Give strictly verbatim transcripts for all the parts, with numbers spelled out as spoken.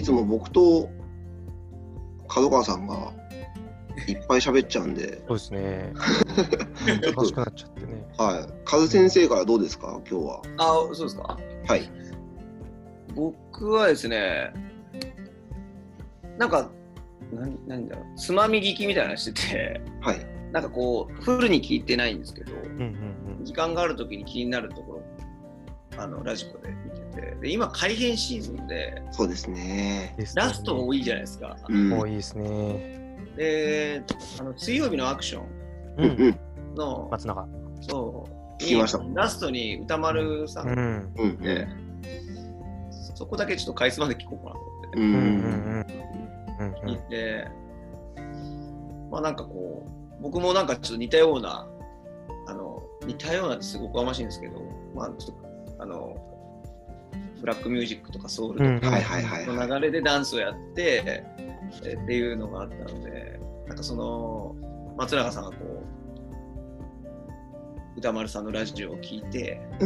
いつも僕と角川さんがいっぱい喋っちゃうんでそうですね。楽しくなっちゃってね。 はい。カズ先生からどうですか今日は。 あ、そうですか。 はい。 僕はですね、なんか何何だろう、つまみ聞きみたいなのしてて、 はい。 なんかこうフルに聞いてないんですけど、 うんうんうん、 時間があるときに気になるところ、あのラジコで見てて、で今改編シーズンで、 そうですね。 ラストが多いじゃないですか。 うん、多いですね。 で、あの水曜日のアクションの、 うん、 松永。 そう。 聞きました。 ラストに歌丸さんが、 うんうんね、 そこだけちょっとかいつまで聞こうかなと思って、 うんうんうん、聞いて、まあなんかこう僕もなんかちょっと似たようなあの似たようなってすごくおかましいんですけど、まあちょっとあのブラックミュージックとかソウルとかの流れでダンスをやってっていうのがあったので、なんかその松永さんがこう歌丸さんのラジオを聞いて、うん、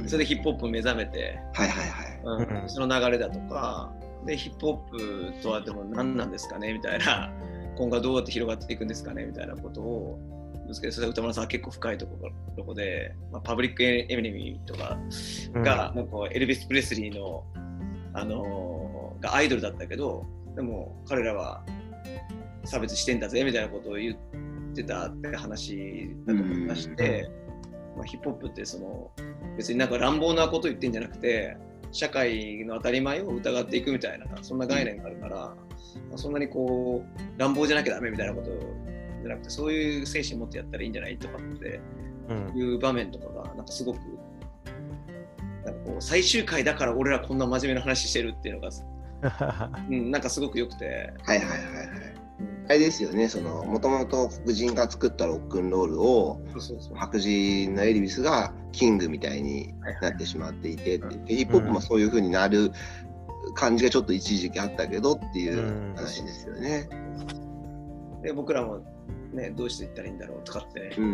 それでヒップホップ目覚めて、 はいはいはい、 うん、その流れだとかでヒップホップとはでも何なんですかねみたいな、今後はどうやって広がっていくんですかねみたいなことをですけど、それは歌丸さんは結構深いところで、まあ、パブリックエネミーとかが、うん、なんかエルビス・プレスリーの、あのー、がアイドルだったけど、でも彼らは差別してんだぜみたいなことを言ってたって話だと思いまして、うん、まあ、ヒップホップってその別になんか乱暴なこと言ってんじゃなくて、社会の当たり前を疑っていくみたいな、そんな概念があるから、まあ、そんなにこう乱暴じゃなきゃダメみたいなことじゃなくて、そういう精神持ってやったらいいんじゃないとかっていう場面とかがなんかすごくなんかこう最終回だから俺らこんな真面目な話してるっていうのがうん、なんかすごく良くて、 はいはいはいはい、あれですよね、そのもともと黒人が作ったロックンロールを白人のエルビスがキングみたいになってしまっていて、はいはい、ヒップホップもそういう風になる感じがちょっと一時期あったけどっていう話ですよね。 で僕らもね、どうしていったらいいんだろうとかって、ね、うん、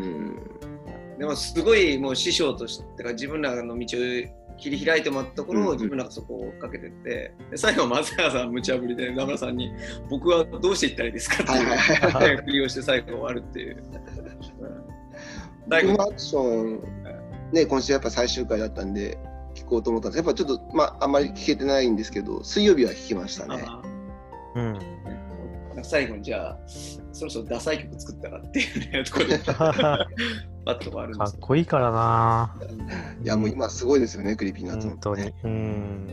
でもすごいもう師匠としてか自分らの道を切り開いてもらったところを自分らがそこを追っかけてって、で最後松永さん無茶ぶりで名村さんに僕はどうしていったらいいですかっていうふりをして最後終わるっていう。 僕もアクションね、今週やっぱ最終回だったんで聞こうと思ったんですけど、やっぱちょっとまああんまり聞けてないんですけど、水曜日は聞きましたね。 うん。最後にじゃあそろそろダサい曲作ったらっていうねところでバッともあるんですかっこいいからな。 いやもう今すごいですよね、クリーピーナッツも、ね、本当に。うん。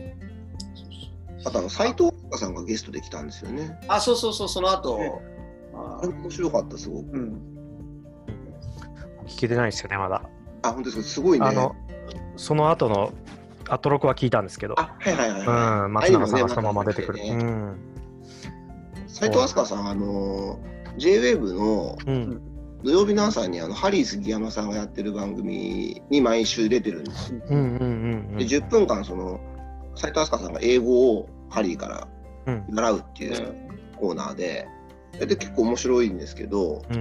あとあの斉藤さんがゲストで来たんですよね。 あ、そうそうそう、その後、 ね、あれ面白かったすごく。うん、 聞けてないですよねまだ。 あ、本当ですか、すごいね。 あのその後のアトロクは聞いたんですけど。 あ、はいはいはい、はい。 うん、松永さんがそのまま出てくる。ね、うん。 斉藤飛鳥さん、あの ジェイウェーブ の土曜日の朝にあのハリー杉山さんがやってる番組に毎週出てるんですよ。でじゅっぷんかんその斉藤飛鳥さんが英語をハリーから習うっていうコーナーで、で結構面白いんですけど、うん、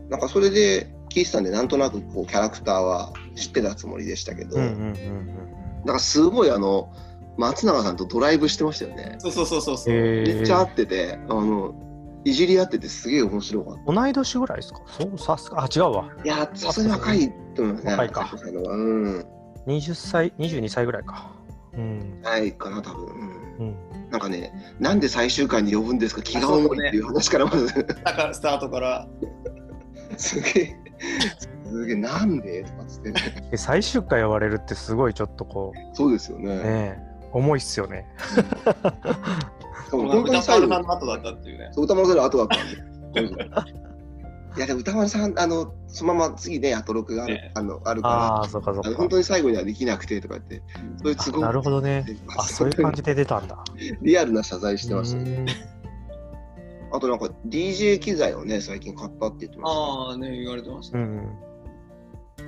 なんかそれで聞いてたんでなんとなくこうキャラクターは知ってたつもりでしたけど、なんかすごいあの松永さんとドライブしてましたよね。 そうそうそうそうそう。 めっちゃ合ってて、あのいじり合っててすげえ面白かった。 同い年ぐらいですか？そうさすが、あ、違うわ。 いや、さすがに若いと思いますね。 若いか。 うん。 にじゅっさい、にじゅうにさいぐらいか。 うん。はいかな多分。うん。なんかね、なんで最終回に呼ぶんですか？気が重いっていう話からまず。 だからスタートから。 すげえ。すげえなんでとかつってね。 最終回呼ばれるってすごいちょっとこう。 そうですよね。 ね重いっすよね。 うん、歌丸さんの後だったっていうね。 そう、歌丸さんの後だったんで。いやでも歌丸さんあのそのまま次ねアトロクがある、ね、あのあるから、 あそうかそうか、 本当に最後にはできなくてとか言って、そういう都合なるほどね。あ、そういう感じで出たんだ。 リアルな謝罪してましたね。あとなんか ディージェー 機材をね最近買ったって言ってました、ね。 ああね、言われてました、ね。うん、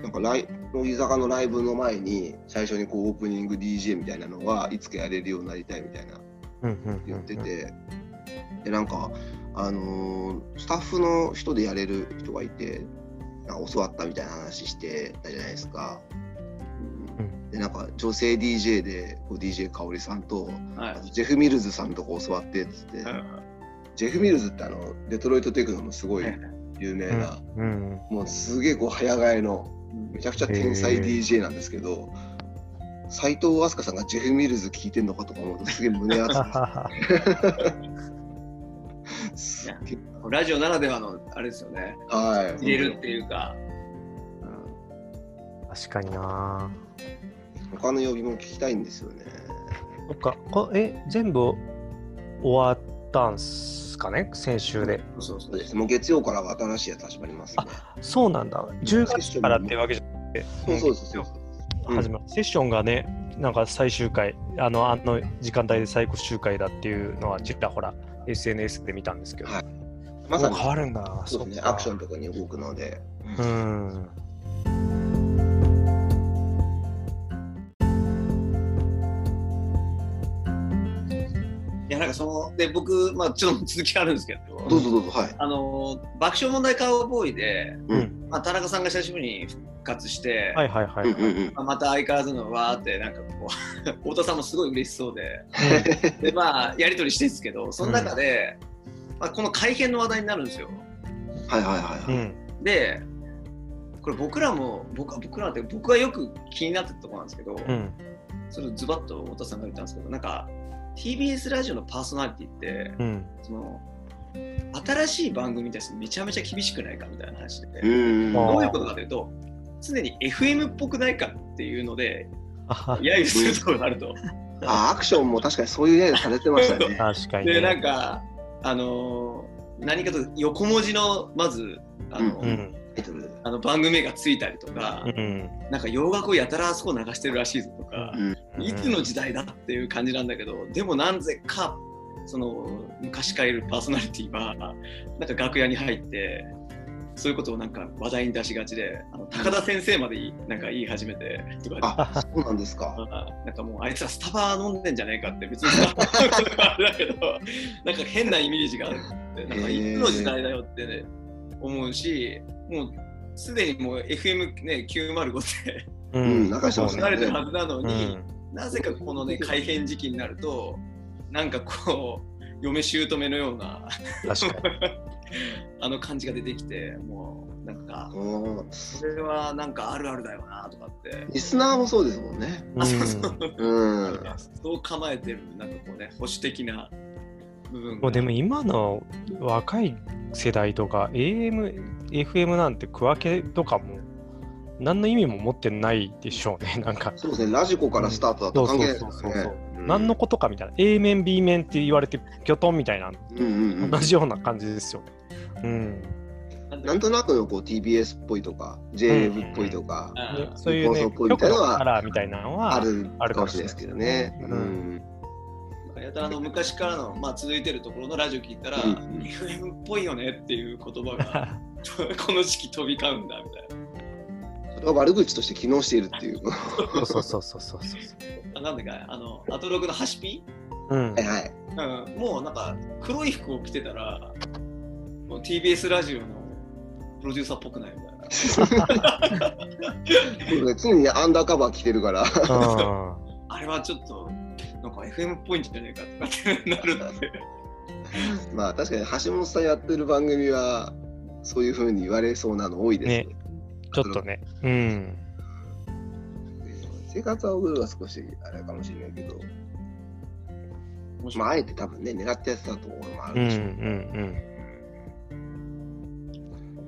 なんかライ乃木坂のライブの前に最初にこうオープニング ディージェー みたいなのはいつかやれるようになりたいみたいな言ってて、でなんかあのー、スタッフの人でやれる人がいてなんか教わったみたいな話してたじゃないですか。うん、 でなんか女性 ディージェー でこう ディージェー 香織さんと、 はい、 ジェフ・ミルズさんとか教わってっつって、はい、ジェフ・ミルズってあのデトロイトテクノのすごい有名な、うんうん、もうすげえこう早替えのめちゃくちゃ天才 ディージェー なんですけど、斉藤飛鳥さんがジェフ・ミルズ聴いてんのかとか思うとすげえ胸熱ですラジオならではのあれですよね、はい、入れるっていうか、 うん、確かにな。 他の曜日も聞きたいんですよね。 そっか、え全部終わったんすかね、先週で。 そうそうです。もう月曜から新しいやつ始まります、ね、 あ、そうなんだ。じゅうがつからっていうわけじゃなくて、 そうそうそうそう、 始まる、うん、セッションがね、なんか最終回、あのあの時間帯で最終回だっていうのはちらほら エスエヌエス で見たんですけど、はい、 まさに変わるんだ。 そうですね、アクションとかに動くので、 うん。 いやなんかそので僕、まあ、ちょっと続きあるんですけど、 どうぞどうぞ、はい、 あの爆笑問題カウボーイで、うんまあ、田中さんが久しぶりに復活して、 はいはいはい、はいまあ、また相変わらずのわーってなんかこう太田さんもすごい嬉しそうで、でまあやり取りしてるんですけど、その中で、うんまあ、この改編の話題になるんですよ。 はいはいはい、はい、 でこれ僕らも僕は僕らって僕がよく気になってたところなんですけど、うん、それをズバッと太田さんが言ったんですけど、なんかティービーエス ラジオのパーソナリティって、うん、その新しい番組に対してめちゃめちゃ厳しくないかみたいな話で、どういうことかというと、常に エフエム っぽくないかっていうので揶揄するところがあると。 あ、アクションも確かにそういう揶揄されてましたね。 確かに、ね、 でなんかあのー、何かと横文字のまずあの、うんうんあの番組がついたりとか、うん、なんか洋楽をやたらあそこ流してるらしいぞとか、うん、いつの時代だっていう感じなんだけど、でもなんぜかその昔からいるパーソナリティはなんか楽屋に入ってそういうことをなんか話題に出しがちで、あの高田先生までなんか言い始めてとか、 あ、そうなんですか。 なんかもうあいつらスタバ飲んでんじゃねえかって、別にスタバ飲んでるあれだけどなんか変なイメージがあるって、なんかいつの時代だよってね思うし、もうすでにもう エフエム、ね、きゅうまるごって、 うん、流してますね。 慣れてるはずなのに、うん、なぜかこのね改編時期になるとなんかこう嫁姑のような確かにあの感じが出てきて、もうなんかそれはなんかあるあるだよなとかって。 リスナーもそうですもんね。 あ、そうそう、うん、そう構えてるなんかこうね保守的な部分が。 もうでも今の若い世代とか エーエム、エフエム なんて区分けとかも何の意味も持ってないでしょうね。なんかそうですね、ラジコからスタートだと関係ないですね。 何のことかみたいな、 A 面 B 面って言われてギョトンみたいな、うんうんうん、同じような感じですよね。うん、 なんとなくのこう ティービーエス っぽいとか ジェイウェブ っぽいとか、 うん、そういうね局のカラーみたいなのはあるかもしれないですけどね。うんうんやたらの昔からの、まあ、続いてるところのラジオ聞いたら、うんうん、エフエム っぽいよねっていう言葉がこの時期飛び交うんだみたいな。 それが悪口として機能しているっていう。 そうそうそうそうそう。 あ、なんだかあのアトログのハシピ、 うんはいはいうん、もうなんか黒い服を着てたらもう ティービーエス ラジオのプロデューサーっぽくないみたいな。 常にアンダーカバー着てるからあれはちょっとなんか エフエム っぽいんじゃないかとかってなるんでまあ確かに橋本さんやってる番組はそういう風に言われそうなの多いですね。 ねちょっとね。うん。 生活は送るは少しあれかもしれないけど、まああえて多分ね狙ってやってたところもあるでしょう。うんうんうん。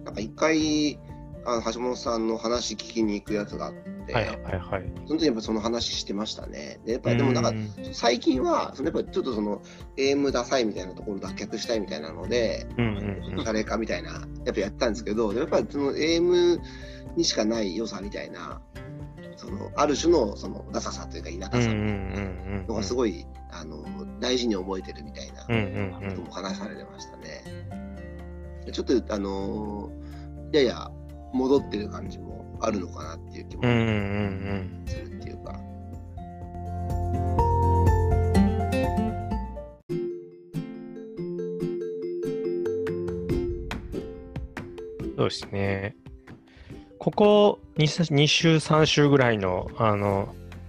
なんか一回あの橋本さんの話聞きに行くやつがあって、 はいはいはい、 その時やっぱその話してましたね。でやっぱりでもなんか最近はそのやっぱちょっとその エーエム ダサいみたいなところを脱却したいみたいなので、うんうんうん、誰かみたいなやっぱやったんですけど、やっぱりその エーエム にしかない良さみたいな、そのある種のそのダサさというか田舎さのがすごいあの大事に覚えてるみたいなことも話されてましたね。ちょっとあのやや戻ってる感じもあるのかなっていう気もするっていうか、 そうですね。ここ 2, 2週さん週ぐらいのあの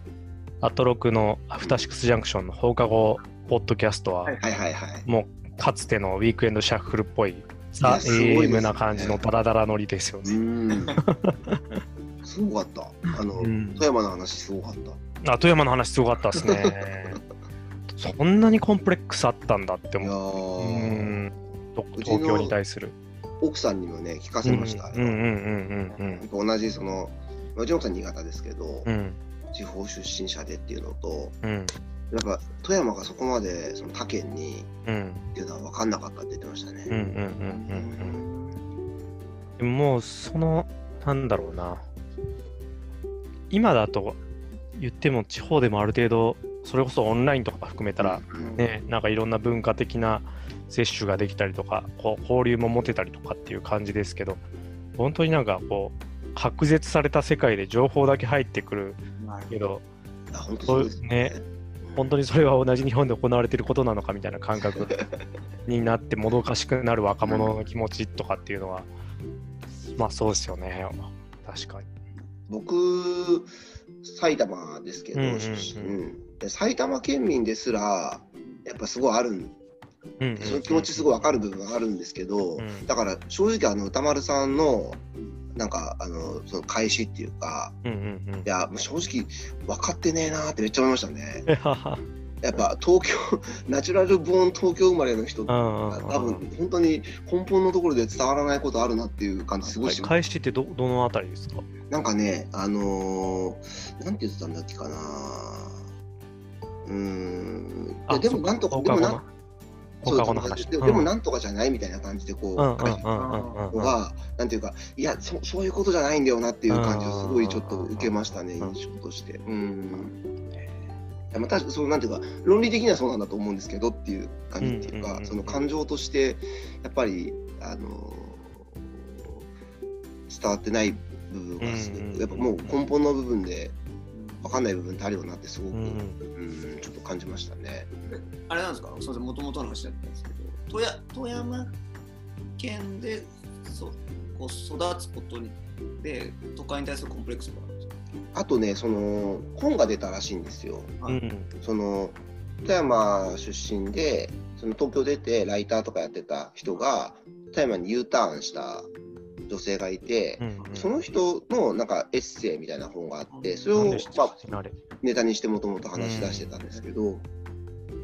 アトロクのアフターシックスジャンクションの放課後ポッドキャストは、 はいはいはいはい、 もうかつてのウィークエンドシャッフルっぽいザ・エーエム な感じのダラダラノリですよね。 うんすごかった。あの、うん、富山の話すごかった。 あ、富山の話すごかったですね。そんなにコンプレックスあったんだって思う。うん、東京に対する。 奥さんにもね聞かせました。同じそのうちの奥さん新潟ですけど、うん、地方出身者でっていうのと、うん、やっぱ富山がそこまでその他県に、うん、っていうのは分かんなかったって言ってましたね。 でももうそのなんだろうな、今だと言っても地方でもある程度それこそオンラインとか含めたらね、うん、なんかいろんな文化的な接種ができたりとかこう交流も持てたりとかっていう感じですけど、本当になんかこう隔絶された世界で情報だけ入ってくるけど、 本当そうですね。 本当にそれは同じ日本で行われていることなのかみたいな感覚になってもどかしくなる若者の気持ちとかっていうのは、うん、まあそうですよね。確かに僕埼玉ですけど、うんうんうん、で埼玉県民ですらやっぱすごいあるん、うんうんうん、その気持ちすごい分かる部分はあるんですけど、うん、だから正直あの歌丸さんのなんかあのその開始っていうか、うんうんうん、いや正直分かってねえなってめっちゃ思いましたね。やっぱ東京ナチュラルボーン東京生まれの人って多分本当に根本のところで伝わらないことあるなっていう感じすごいします。 開始ってどどのあたりですか？ なんかねあのー、なんて言ってたんだっけかな、うーんいやでもなんとかでもなそうで, でもなんとかじゃないみたいな感じでこう書いてたのがなんていうかいや そ, そういうことじゃないんだよなっていう感じをすごいちょっと受けましたね、印象として。うんまあ、確かそうなんていうか論理的にはそうなんだと思うんですけどっていう感じっていうか、その感情としてやっぱりあの伝わってない部分がすごくやっぱもう根本の部分で分かんない部分ってあるよなってすごく、うんうん、ちょっと感じましたね。 あれなんですか、そうもともとの話だったんですけど、富山、富山県でそこう育つことで都会に対するコンプレックスがあるんですか？ あとね、その本が出たらしいんですよ。うん、その富山出身でその東京出てライターとかやってた人が富山に U ターンした女性がいて、うんうん、その人のなんかエッセイみたいな本があって、それを、まあ、ネタにしてもともと話し出してたんですけど、うん、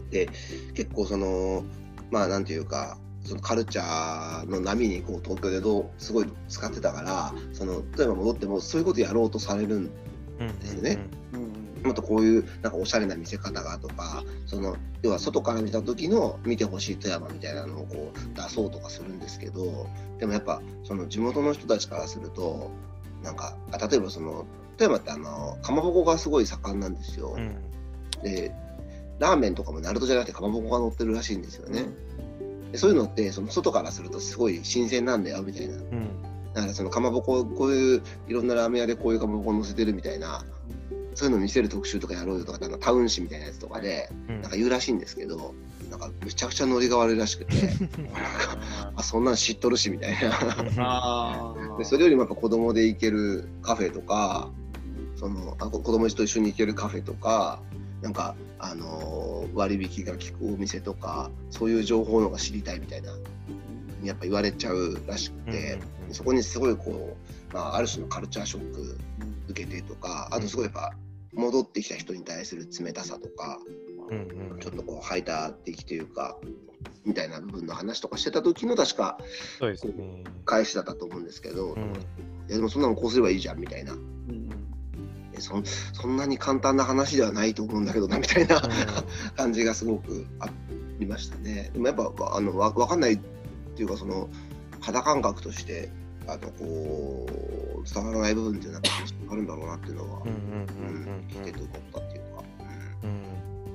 で結構そのまあなんていうかそのカルチャーの波にこう東京でどうすごい使ってたから、その例えば戻ってもそういうことやろうとされるんですよね。うんうんうん、もっとこういうなんかおしゃれな見せ方がとか、その要は外から見た時の見てほしい富山みたいなのをこう出そうとかするんですけど、でもやっぱその地元の人たちからするとなんかあ例えばその富山ってあのかまぼこがすごい盛んなんですよ。うん、でラーメンとかもナルトじゃなくてかまぼこが乗ってるらしいんですよね。うん、でそういうのってその外からするとすごい新鮮なんだよみたいな。うん、だからそのかまぼここういういろんなラーメン屋でこういうかまぼこ乗せてるみたいな。そういうのを見せる特集とかやろうよとか、なんかタウン誌みたいなやつとかで、なんか言うらしいんですけど、なんかめちゃくちゃノリが悪いらしくて、なんかあそんなん知っとるしみたいなで。それよりもやっぱ子供で行けるカフェとか、そのあ子供と一緒に行けるカフェとか、なんかあのー、割引が効くお店とか、そういう情報の方が知りたいみたいな、やっぱ言われちゃうらしくて、そこにすごいこう、まあ、ある種のカルチャーショック受けてとか、あとすごいやっぱ戻ってきた人に対する冷たさとか、うんうん、ちょっとこう排他的というかみたいな部分の話とかしてた時の確かそうです、ね、返しだったと思うんですけど、うん、いやでもそんなのこうすればいいじゃんみたいな、うん、そ, そんなに簡単な話ではないと思うんだけどなみたいな、うん、感じがすごくありましたね。でもやっぱあのわ分かんないっていうか、その肌感覚としてあのこう伝わらない部分っていうのはあるんだろうなっていうのは聞いてて思ったっていうか、うんうん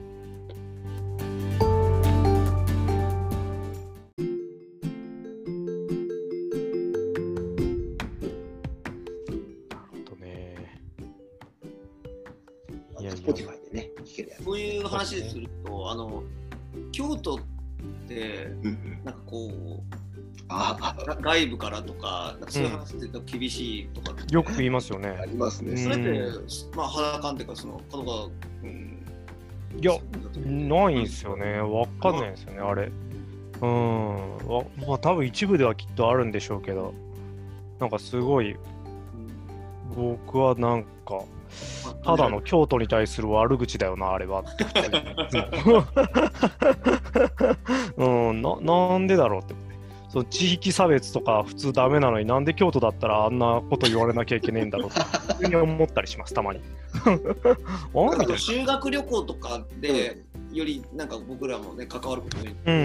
なるほどね。 いや Spotify でね聞けるやつ。 そういう話ですると、あの京都ってなんかこうあ外部からとか、なんかそういう話って厳しいとか、ね、 よく言いますよね。 ありますね。 それって、まあ、肌感っていうか、その角が、うん、 いや、ないんですよね。わかんないですよね、あれ。うん。まあ、多分一部ではきっとあるんでしょうけど、なんかすごい、僕はなんか、ただの京都に対する悪口だよな、あれはって普通に。うん、な、なんでだろうって。その地域差別とか普通ダメなのになんで京都だったらあんなこと言われなきゃいけねえんだろうって普通に思ったりします、たまに。 なんか修学旅行とかでよりなんか僕らもね関わることに、 うんうんうん、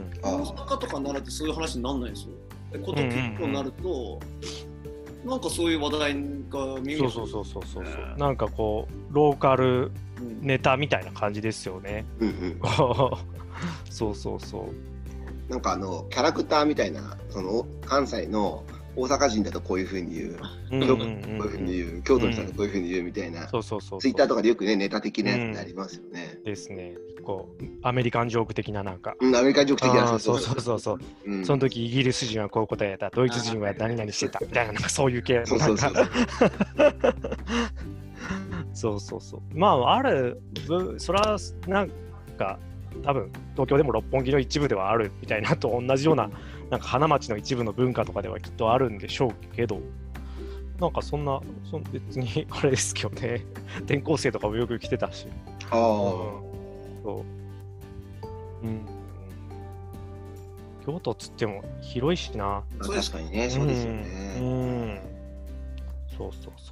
大阪とかになるとそういう話にならないんですよ。でこと結構になると、うんうんうん、なんかそういう話題が耳にそうそうそうそうそう、ね、なんかこうローカルネタみたいな感じですよね。うんうん、そうそうそう。 なんかあのキャラクターみたいな、その関西の大阪人だとこういうふうに言う、京都だとこういうふうに言う、京都の人だとこういうふうに言うみたいな、ツイッターとかでよくねネタ的なやつってありますよね。 うん、ですね。こうアメリカンジョーク的ななんか。 うん、アメリカンジョーク的な。 そうそうそうそう。うん、その時イギリス人はこういうことやった、ドイツ人は何々してたみたいな、なんかそういう系のなんか。そうそうそう。まああるそれはなんか。多分東京でも六本木の一部ではあるみたいなと同じような、なんか花街の一部の文化とかではきっとあるんでしょうけど、なんかそんなそ別にあれですけどね、転校生とかもよく来てたし、 ああ、うん、 そう、うん、京都っつっても広いしな。 確かにね、そうですよね。うん、うん、 そうそうそう。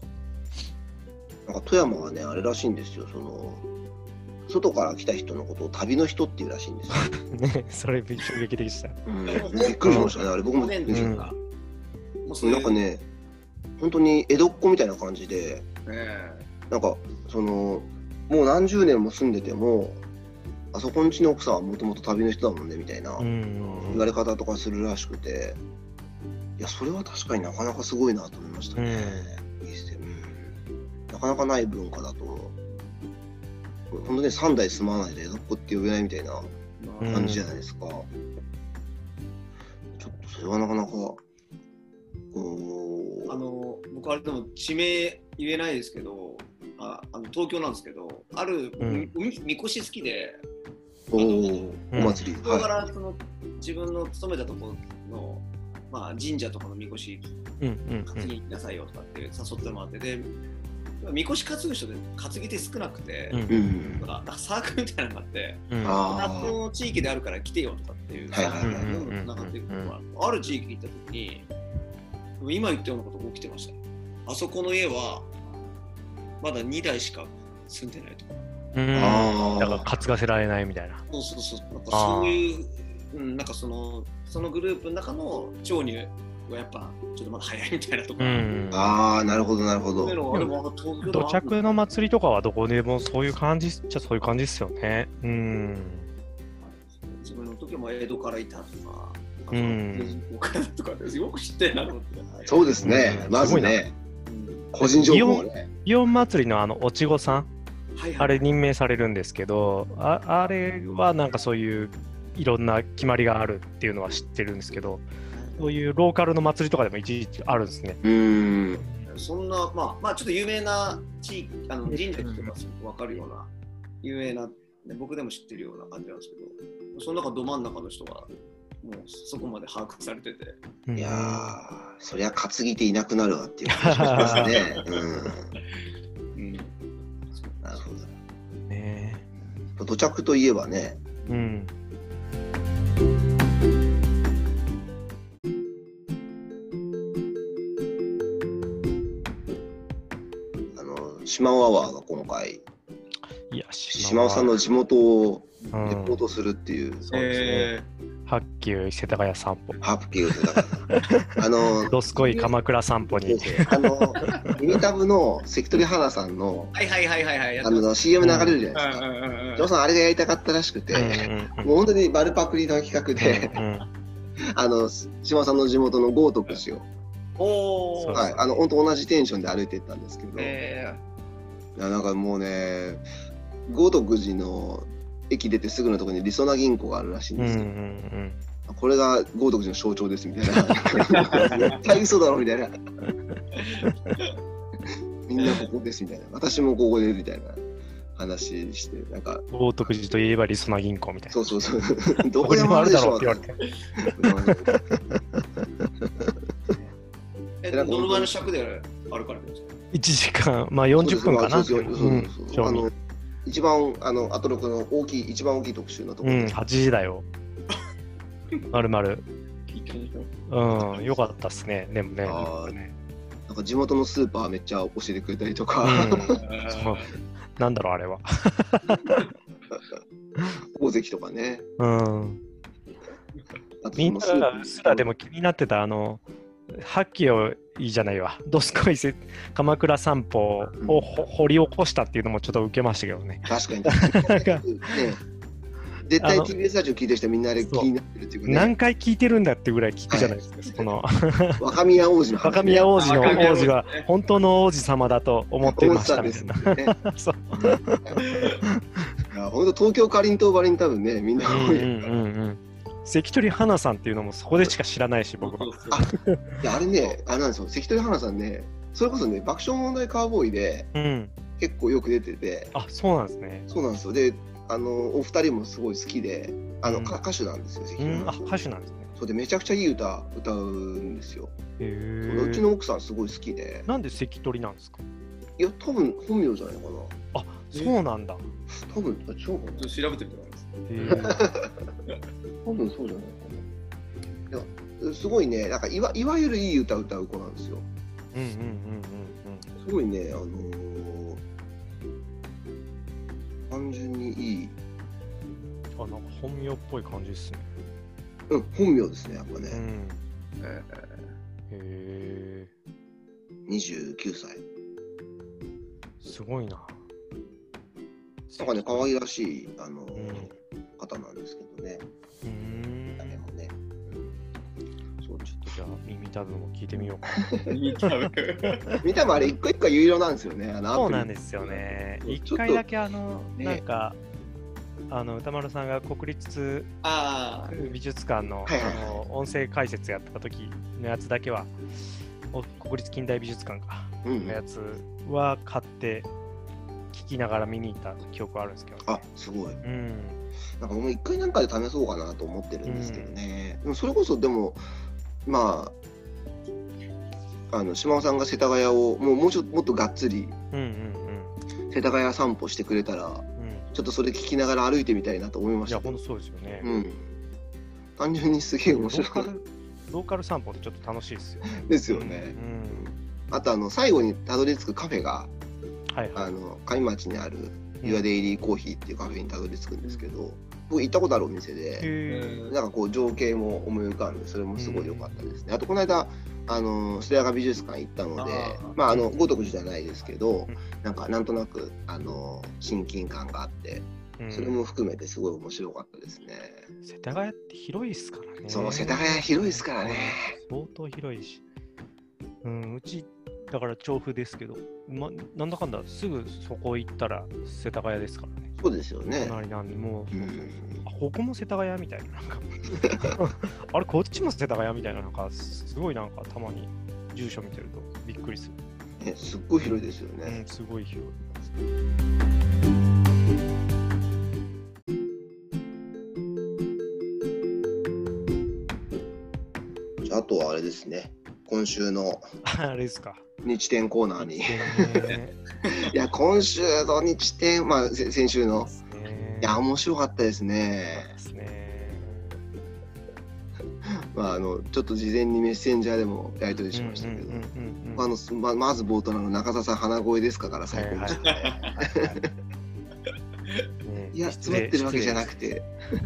なんか富山はねあれらしいんですよ、その外から来た人のことを旅の人っていうらしいんですよ。 ね、それ衝撃的でした。 うん、びっくりしましたね、あれ僕も。うん、なんかね、本当に江戸っ子みたいな感じで、なんかそのもう何十年も住んでても、あそこんちの奥さんはもともと旅の人だもんねみたいな言われ方とかするらしくて、いやそれは確かになかなかすごいなと思いましたね。うん、なかなかない文化だと思う。本当にさん代住まないで江戸っ子って呼べないみたいな感じじゃないですか。うん、ちょっとそれはなかなかあの僕あれでも地名言えないですけど、ああの東京なんですけど、ある、うん、み, みこし好きで、 おお祭り、 そこからその、はい、自分の勤めたところの、まあ、神社とかのみこし担ぎに行きなさいよとかって誘ってもらって、でみこし担ぐ人で担ぎ手少なくて、うん、なんかサークルみたいなのがあって、うん、あこの地域であるから来てよとかっていうサークルがどんどんつながっていくのが、ある地域に行った時に今言ったようなことが起きてました。あそこの家はまだに代しか住んでないとか、 うん、だから担がせられないみたいな。 そうそうそう、なんかそういう、うん、なんかそのそのグループの中の町入はやっぱちょっとまだ早いみたいなとか、うん、 ああなるほどなるほど。 土着の祭りとかはどこでもそういう感じっちゃそういう感じですよね。うん。 自分の時も江戸からいたとか、うん、とかよく知ってるなと思って。 そうですね、うん、まずね、うん、個人情報ね。 祇園祭りのあのおちごさん、はいはい、あれ任命されるんですけど、あ, あれはなんかそういういろんな決まりがあるっていうのは知ってるんですけど、そういうローカルの祭りとかでも一時あるんですね。 うーん、 そんな、まあ、まあちょっと有名な地域、あの神社とかすごく分かるような有名な、ね、僕でも知ってるような感じなんですけど、その中ど真ん中の人がもうそこまで把握されてて、 いやー、そりゃ担ぎ手いなくなるわっていう感じしますね。うん、うん、なるほどね。土着といえばね、うん、島尾アワーが今回、 いや島尾さんの地元をレポートするっていう、うん、そうですね。 八球世田谷散歩、 八球世田谷あのどすこい鎌倉散歩にあのミニタブの関取花さんのはいはいはいはいはいあの シーエム 流れるじゃないですか。ジョーさんあれがやりたかったらしくて、うんうん、もう本当に丸パクリの企画で、うんうん、あの島尾さんの地元の豪徳寺を、 おはい、あの本当同じテンションで歩いていったんですけど、えー、なんかもうね、豪徳寺の駅出てすぐのところにりそな銀行があるらしいんですよ。うんうんうん、 これが豪徳寺の象徴ですみたいな絶対嘘だろみたいなみんなここですみたいな、私もここでみたいな話して、なんか豪徳寺といえばりそな銀行みたいな。 そうそうそうどこでもあるでしょって言われてえ、どのぐらいの尺であるからですか？ いちじかん、まあよんじゅっぷんかな。 そうそうそうそう、あの一番あのアトロクの大きい一番大きい特集のところ、 うん、はちじだよ。まるまる。うん、よかったっすね。でもね。 なんか地元のスーパーめっちゃ教えてくれたりとか、うん、 なんだろうあれは。 大関とかね。 うん。みんながうっすらでも気になってたあの。ハッキをいいじゃないわ、どすこいせ鎌倉散歩を、うん、掘り起こしたっていうのもちょっと受けましたけどね。 確かに。ね、絶対 ティービーエス ラジオ聞いてる人みんなあれ気になってるっていうかね。 何回聞いてるんだってぐらい聞くじゃないですか。はい、その若宮王子の話、ね、 若宮王子の王子は本当の王子様だと思ってましたみたいな。ね、そう。 いや本当東京かりんとうばりに多分ねみんな多いから。うんうんうん関取花さんっていうのもそこでしか知らないし、僕は。 あ、いやあれね、あれなんですよ、関取花さんね、それこそね、爆笑問題カーボーイで、うん、結構よく出てて、 あ、そうなんですね。 そうなんですよ。で、あのお二人もすごい好きで、あの、うん、歌手なんですよ、関取花さん。 うん、あ、歌手なんですね。 そうで、めちゃくちゃいい歌歌うんですよ。へー。うちの奥さんすごい好きで。 なんで関取なんですか？ いや、多分本名じゃないかな。 あ、そうなんだ。 多分、あ、違うかな。 調べてみてもらいます。 多分そうじゃないかな。いや、すごいね、なんかいわ、いわゆるいい歌を歌う子なんですよ。うんうんうんうんうん。すごいね、あのー、単純にいい。 あ、なんか本名っぽい感じですね。 うん、本名ですね、やっぱね。うん、えー、へえ。にじゅうきゅうさい。 すごいな。 なんかね、可愛らしい、あのーうん、方なんですけどね。うーん。誰もね。 そう、ちょっとじゃあ、耳たぶも聞いてみようか。 耳たぶ耳たぶあれ、一個一個有料なんですよね。あのそうなんですよね。一回だけ、あの、ね、なんか、あの歌丸さんが国立美術館 の, あの音声解説やった時のやつだけは、国立近代美術館か、うん、のやつは買って聞きながら見に行った記憶あるんですけど、ね、 あ、すごい、うん、なんかもう一回なんかで試そうかなと思ってるんですけどね、うん、それこそでもまああの島尾さんが世田谷をもうもうちょっともっとがっつり、うんうんうん、世田谷散歩してくれたら、ちょっとそれ聞きながら歩いてみたいなと思いました。 いや、ほんとそうですよね。 うん。単純にすげえ面白い。 ローカル散歩ってちょっと楽しいですよね。 ですよね。うん、あと、あの、最後にたどり着くカフェが、はいはい、あの、上町にある、ユアデイリーコーヒーっていうカフェにたどり着くんですけど、うん、僕行ったことあるお店で、なんかこう、情景も思い浮かんで、それもすごい良かったですね。あと、この間、あの世田谷美術館行ったので、あまああの豪徳寺じゃないですけど、なんかなんとなくあの親近感があって、それも含めてすごい面白かったですね。 世田谷って広いですからね。 そう、世田谷広いですからね。 相当広いし、うん、うちだから調布ですけど、ま、なんだかんだすぐそこ行ったら世田谷ですからね。 そうですよね。 隣なんでもう、うん、あ、ここも世田谷みたいな、なんかあれこっちも世田谷みたいな、なんかすごいなんかたまに住所見てるとびっくりする。 ね、すっごい広いですよね。 うん、すごい広い。 あとはあれですね。今週のあれですか。 日展コーナーにいや今週の日展、まあ先週の、いや面白かったですね。ですねまああのちょっと事前にメッセンジャーでもやり取りしましたけど、あの ま, まず冒頭の中澤さん鼻声ですかから最高でしたね。いや詰まってるわけじゃなくて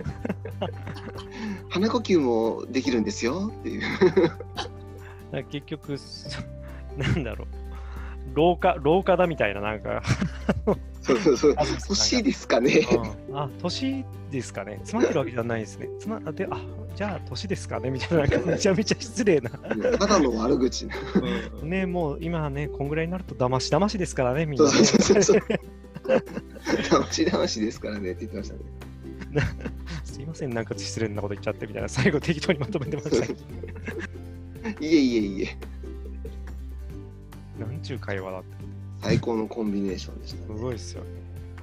鼻呼吸もできるんですよっていう結局なんだろう、廊下廊下だみたいな、なんかそうそうそう、年ですかね、 うん、あ、年ですかね、詰まってるわけじゃないですね、つまで、あ、じゃあ年ですかねみたいな、なんかめちゃめちゃ失礼なただの悪口ね、もう今ねこんぐらいになるとだましだましですからね、みんな、ね、 そうそうそうそうだましだましですからねって言ってましたねすいません、なんか失礼なこと言っちゃってみたいな、最後適当にまとめてましたけど。 いえいえいえ。 なんちゅう会話だって。 最高のコンビネーションでしたね。 すごいっすよね。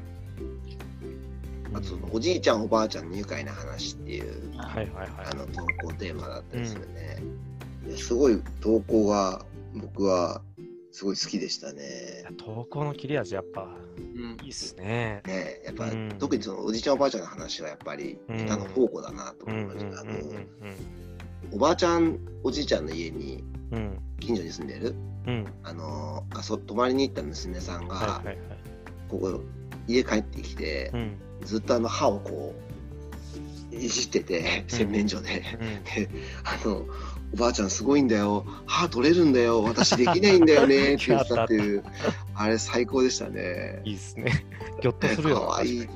あとそのおじいちゃんおばあちゃんの愉快な話っていう、 はいはいはい、 あの投稿テーマだったですよね、うん、すごい投稿が僕はすごい好きでしたね。 投稿の切れ味やっぱ、うん、いいっすね。 ねやっぱ、うん、特にそのおじいちゃんおばあちゃんの話はやっぱりネタの宝庫だなと思いました。おばあちゃんおじいちゃんの家に近所に住んでる、うん、あのあそ泊まりに行った娘さんが、はいはいはい、ここ家帰ってきて、うん、ずっとあの歯をこういじってて洗面所で、うん、であのおばあちゃんすごいんだよ、歯取れるんだよ、私できないんだよねって言ったっていうあれ最高でしたね。 いいですね。ギョッとするよ。 かわいい。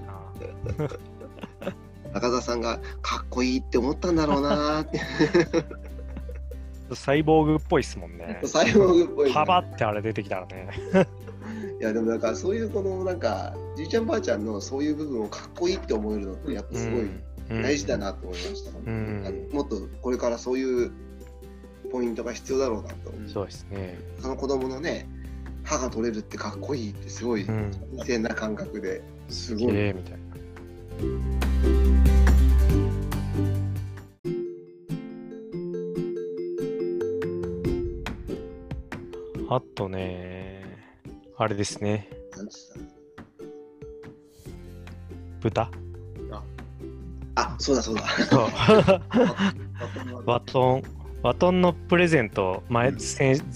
中澤さんがかっこいいって思ったんだろうなってサイボーグっぽいっすもんね。 サイボーグっぽい、ね。 パバってあれ出てきたらね。 いやでもなんかそういうこのなんかじいちゃんばあちゃんのそういう部分をかっこいいって思えるのってやっぱすごい大事だなと思いました、うん、あのもっとこれからそういうポイントが必要だろうなと。 そうですね。 その子供のね歯が取れるってかっこいいってすごい新鮮な感覚で、 うん、すごいみたいな。あとね、あれですね。豚？ あ、あ、そうだそうだ。 そうバトン、バトンのプレゼント前、うん、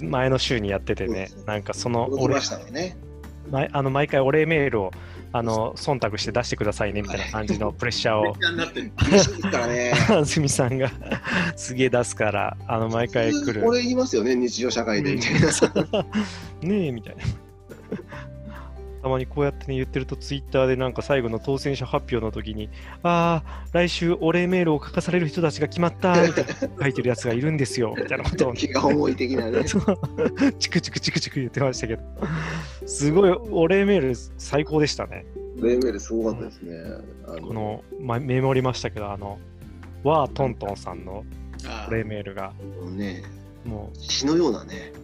前の週にやっててね、なんかその俺、ね、 前あの毎回お礼メールをあの忖度して出してくださいねみたいな感じのプレッシャーを安住さんがすげえ出すからあの毎回来る。 俺言いますよね、日常社会でみたいな。 ねえみたいな。たまにこうやってね言ってるとツイッターでなんか最後の当選者発表の時にああ来週お礼メールを書かされる人たちが決まったみたいな書いてるやつがいるんですよみたいなことを気が重い的なねチクチクチクチク言ってましたけどすごいお礼メール最高でしたね。 お礼メールすごかったですね。 あのこの、ま、メモりましたけどあのワートントンさんのお礼メールがもうねもう血のようなね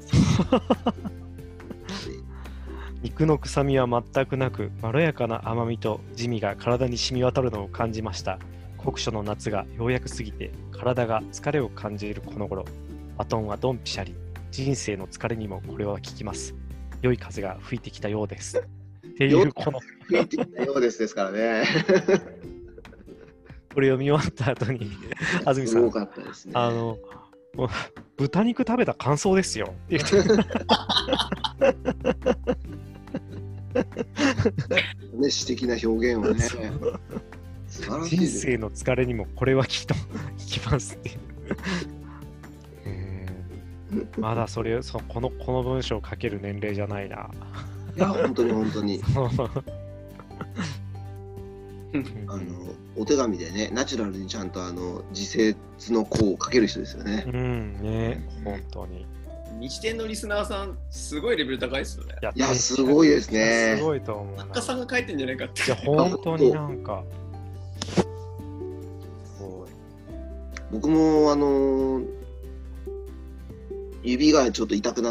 肉の臭みは全くなく、まろやかな甘みと滋味が体に染み渡るのを感じました。酷暑の夏がようやく過ぎて、体が疲れを感じるこの頃、バトンはドンピシャリ。人生の疲れにもこれは効きます。良い風が吹いてきたようです。っていうこの吹いてきたようですですからね。 これを見終わった後に、安住さん、 すごかったですね。 あの、豚肉食べた感想ですよって言って。 ね、詩的な表現をね人生の疲れにもこれはきっと効きますっていうえー、まだそれそこのこの文章を書ける年齢じゃないな。 いや本当に本当にあのお手紙でねナチュラルにちゃんとあの自説の項を書ける人ですよね。 うんね本当に日天のリスナーさんすごいレベル高いですよね。 いやすごいですね。 すごいと思う。 作家さんが書いてんじゃないかって。 いや本当になんか僕もあの指がちょっと痛くなって、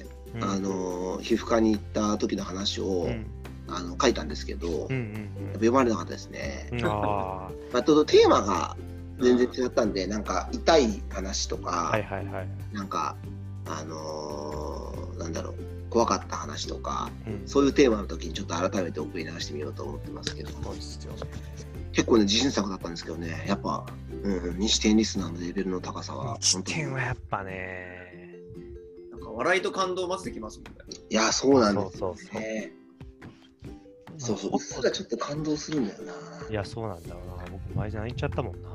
うん、あの皮膚科に行った時の話を、うん、あの書いたんですけど、うんうんうん、読まれなかったですね。うん、ああとテーマが全然違ったんで、なんか痛い話とか、 はいはいはい、 なんかあのー、なんだろう怖かった話とか、うん、そういうテーマの時にちょっと改めて送り流してみようと思ってますけども、結構ね自信作だったんですけどね、やっぱ、うん、日天リスナーのレベルの高さは日天はやっぱねなんか笑いと感動を待ってきますもんね。 いやそうなんですよね。そうそううっすらちょっと感動するんだよな。 いやそうなんだよな。僕前じゃ泣いちゃったもんな。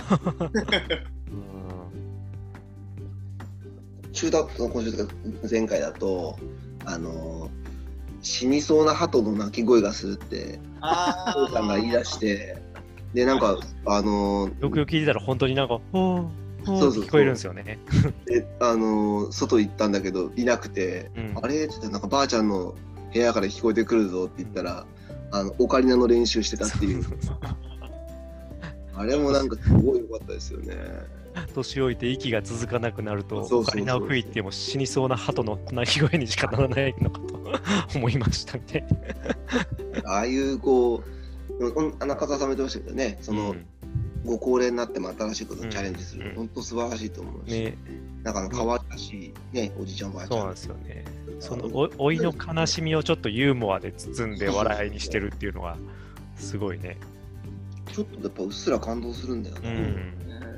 中学の今週とか前回だとあの死にそうな鳩の鳴き声がするって父さんが言い出してでなんかあのよくよく聞いてたら本当になんかほーほー聞こえるんですよね。 であの外行ったんだけどいなくて、うん、あれって言ったらなんかばあちゃんの部屋から聞こえてくるぞって言ったら、うん、あのオカリナの練習してたっていう。 あれもなんかすごい良かったですよね。 年老いて息が続かなくなると、オカリナを吹いても死にそうな鳩の鳴き声にしかならないのかと思いましたみたいな。 ああいうこう、中澤さんも言ってましたけどね、その、うん、ご高齢になっても新しいことにチャレンジする、うん、本当素晴らしいと思うし、ね、なんかあの可愛らしい、ね、おじいちゃんおばあちゃん。そうなんですよね。 そのお老いの悲しみをちょっとユーモアで包んで笑いにしてるっていうのがすごいね。 ちょっとやっぱうっすら感動するんだよね。うん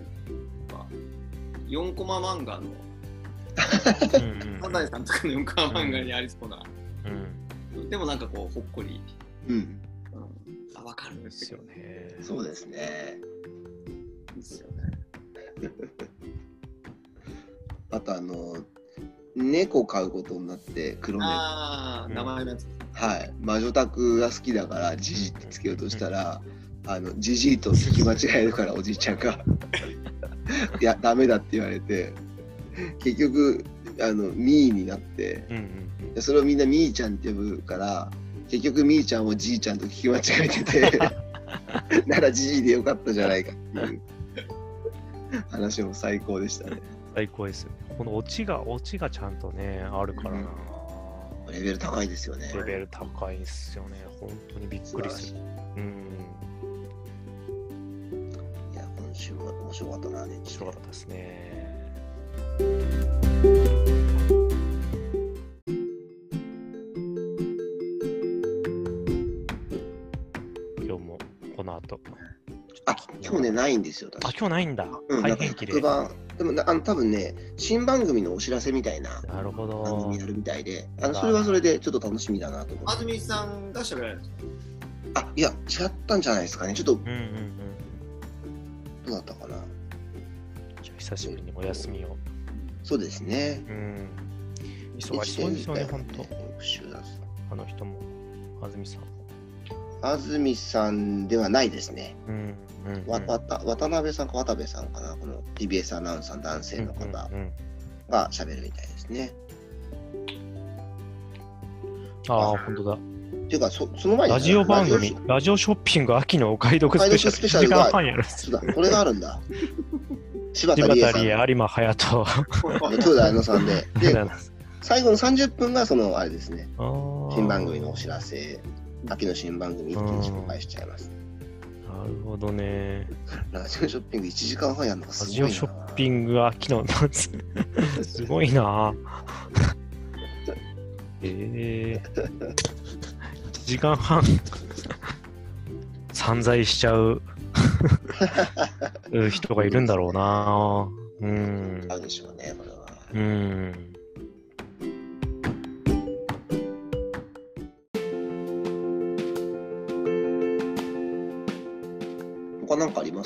よんコマ漫画のサザエさんとかのよんコマ漫画にありそうな、うんうん、でもなんかこうほっこり、うんうん、あ分かるんですよね。 そうですね。 いいですよね。 あとあの猫飼うことになって黒猫。 ああ名前のやつ、 うん、はい。魔女宅が好きだからジジってつけようとしたら、うん、あのジジイと聞き間違えるからおじいちゃんがいやダメだって言われて、結局あのミーになって、うんうん、それをみんなミーちゃんって呼ぶから結局ミーちゃんをじいちゃんと聞き間違えててならじじいでよかったじゃないかっていう話も最高でしたね。 最高ですよね。このオチがオチがちゃんとねあるからな、 うん、レベル高いですよね。 レベル高いですよね。本当にびっくりする。うん。 いや今週は面白かったな。面白かったですね。今日もこの後。 あ、今日ねないんですよ。 あ、今日ないんだ。 うん、 大変綺麗。 でもあの多分ね新番組のお知らせみたいななるほど番組やるみたいで、あのそれはそれでちょっと楽しみだなと思って。 安住さんが喋られるんですか？あ、いや違ったんじゃないですかね。ちょっと、うんうんうん、どうだったかな。 じゃあ久しぶりにお休みを。 そうですね。うん。 忙しそうですよね本当。あの人も安住さん。 安住さんではないですね。うんうんうん、わわた渡辺さんか渡部さんかな、この ティービーエス アナウンサー男性の方が喋るみたいですね。 ああ、本当だ。 っていうか、そ, その前にラジオ番組、ラジオショッピング秋のお買い得スペシャル、いちじかんはんやる。 そうだ、これがあるんだ。柴田理恵さん、有馬隼人、 東大のさんで、で最後のさんじゅっぷんがそのあれですね。新番組のお知らせ。秋の新番組っていうのを紹介しちゃいます。 なるほどね。 ラジオショッピングいちじかんはんやるのがすごいな。 ラジオショッピング秋のすごいな。えー、いちじかんはん散財しちゃう人がいるんだろうな。うん。 あるでしょうね、これは。 うん。 他なんかあります？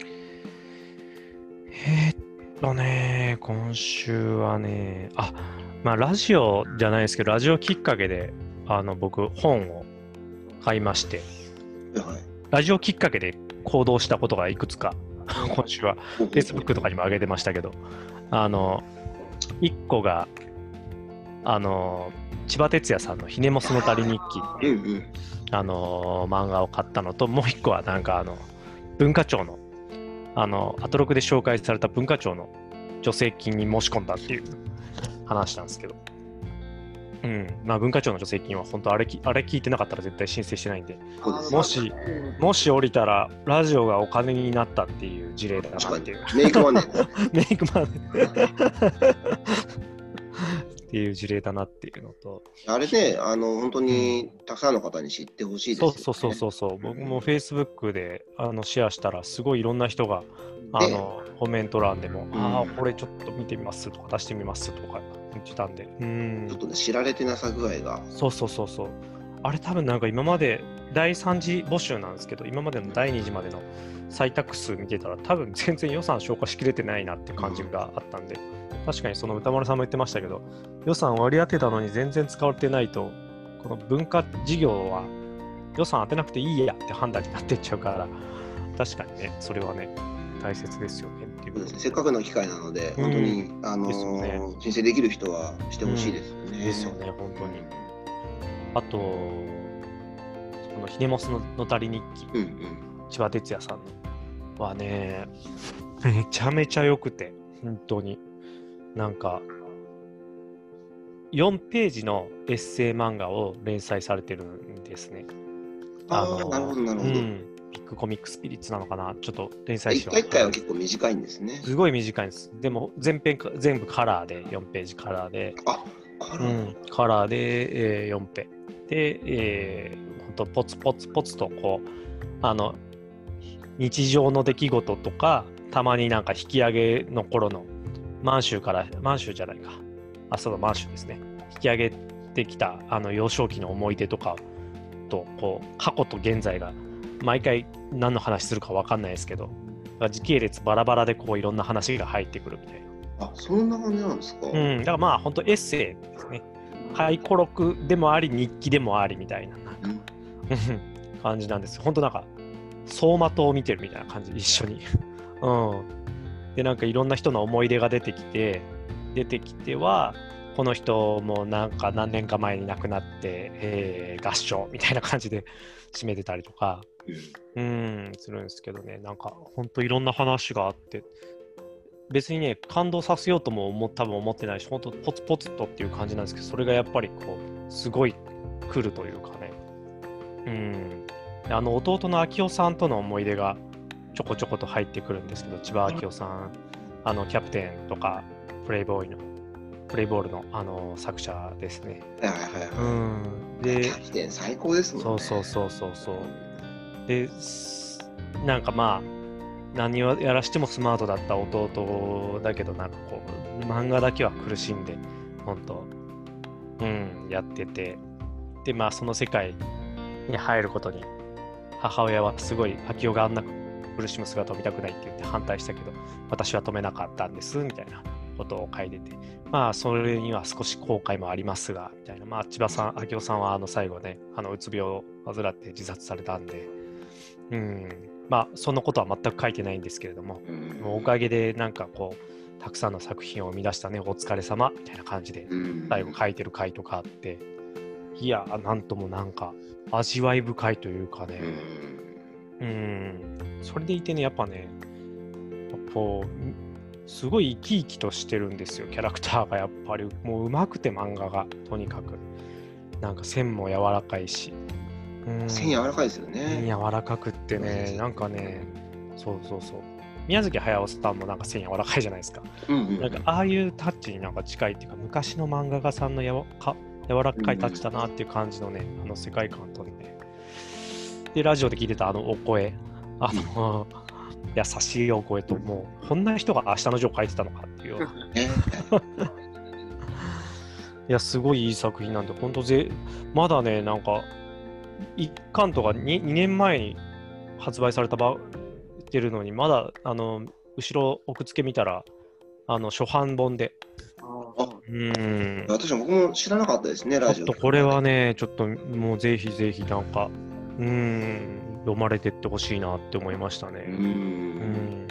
えー、っとね、今週はね、あ、まあラジオじゃないですけど、ラジオきっかけで、あの僕本を買いまして、はい、ラジオきっかけで行動したことがいくつか今週は Facebook とかにも上げてましたけど、あのいっこがあの千葉哲也さんのひねもすのたり日記っていう、うんうん、あの漫画を買ったのと、もういっこはなんかあの文化庁のあのアトロクで紹介された文化庁の助成金に申し込んだっていう話なんですけど、うん、まあ文化庁の助成金は本当あれあれ聞いてなかったら絶対申請してないんで、もしもし降りたらラジオがお金になったっていう事例だなっていう。 メイクマネー。 メイクマネー。っていう事例だなっていうのと、 あれね、あの本当にたくさんの方に知ってほしいですよね。 そうそうそうそう、僕も Facebook であのシェアしたらすごいいろんな人があのコメント欄でも、うん、ああこれちょっと見てみますとか出してみますとか言ってたんで、うん、 ちょっとね知られてなさ具合が、 そうそうそうそう、あれ多分なんか今までだいさん次募集なんですけど、今までのだいに次までの採択数見てたら多分全然予算消化しきれてないなって感じがあったんで、うん、確かにその歌丸さんも言ってましたけど、予算割り当てたのに全然使われてないと、この文化事業は予算当てなくていいやって判断になってっちゃうから、確かにね、それはね、大切ですよねっていう。 せっかくの機会なので、うん、本当に、あのーね、申請できる人はしてほしいですよね。 うん、ですよね、本当に。あと、そのひねもすのたり日記、うんうん、千葉哲也さんの。 はね、めちゃめちゃ良くて、本当に。なんか、よんページのエッセイ漫画を連載されてるんですね。 ああ、なるほど、なるほど。うん、 ビッグコミックスピリッツなのかな、ちょっと連載誌は。いっかいいっかいは結構短いんですね。 すごい短いんです。でも、全編、全部カラーで、よんページカラーで。 あ、カラー、 うん、カラーで、えー、よんペ。で、えー、ほんとポツポツポツとこう、あの、日常の出来事とか、たまになんか引き上げの頃の満州から、満州じゃないか。あ、そうだ、満州ですね。引き上げてきたあの幼少期の思い出とかと、こう、過去と現在が毎回何の話するか分かんないですけど、時系列バラバラでこういろんな話が入ってくるみたいな。あ、そんな感じなんですか。 うん、だからまあ本当エッセイですね。回顧録でもあり、日記でもありみたいな、なんか、うん、感じなんです。本当なんか、走馬灯を見てるみたいな感じ、一緒に。うん。で、なんかいろんな人の思い出が出てきて、出てきては、この人もなんか何年か前に亡くなって、えー、合唱みたいな感じで締めてたりとか、うん、するんですけどね、なんか本当いろんな話があって、別にね、感動させようとも思多分思ってないし、本当ポツポツとっていう感じなんですけど、それがやっぱりこう、すごい来るというかね。うん。あの、弟の明夫さんとの思い出がちょこちょこと入ってくるんですけど、千葉明夫さん、あの、キャプテンとか、プレイボーイの、プレイボールの、あの、作者ですね。 はいはいはい。 うん。で、 キャプテン最高ですもんね。 そうそうそうそうそう。で、なんかまあ、何をやらしてもスマートだった弟だけど、なんかこう、漫画だけは苦しんで、ほんと、うん、やってて、で、まあ、その世界に入ることに、母親はすごい、明夫があんな苦しむ姿を見たくないって言って反対したけど、私は止めなかったんです、みたいなことを書いてて、まあ、それには少し後悔もありますが、みたいな、まあ、千葉さん、明夫さんは、あの、最後ね、あの、うつ病を患って自殺されたんで、うん、まあそのことは全く書いてないんですけれども、もうおかげでなんかこうたくさんの作品を生み出したね、お疲れ様みたいな感じで最後書いてる回とかあって、いやーなんともなんか味わい深いというかね、うん、それでいてね、やっぱね、こうすごい生き生きとしてるんですよ、キャラクターが。やっぱりもううまくて、漫画がとにかくなんか線も柔らかいし、 線柔らかいですよね。 柔らかくってね、なんかね、そうそうそう。宮崎駿さんもなんか線柔らかいじゃないですか。うんうんうん、なんかああいうタッチになんか近いっていうか、昔の漫画家さんのやわか柔らかいタッチだなっていう感じのね、うんうん、あの世界観とね。で、ラジオで聞いてたあのお声、あの、うん、優しいお声と、もう、こんな人が明日のジョー書いてたのかっていう。いや、すごいいい作品なんで、本当ぜ、まだね、なんか、いっかんとか 2, 2年前に発売されたばってるのに、まだあの後ろ奥付け見たらあの初版本で。 あ、うん。私も僕も知らなかったですね、ラジオ。 ちょっとこれはね、ちょっともうぜひぜひなんか、うん、読まれてってほしいなって思いましたね。うん。うん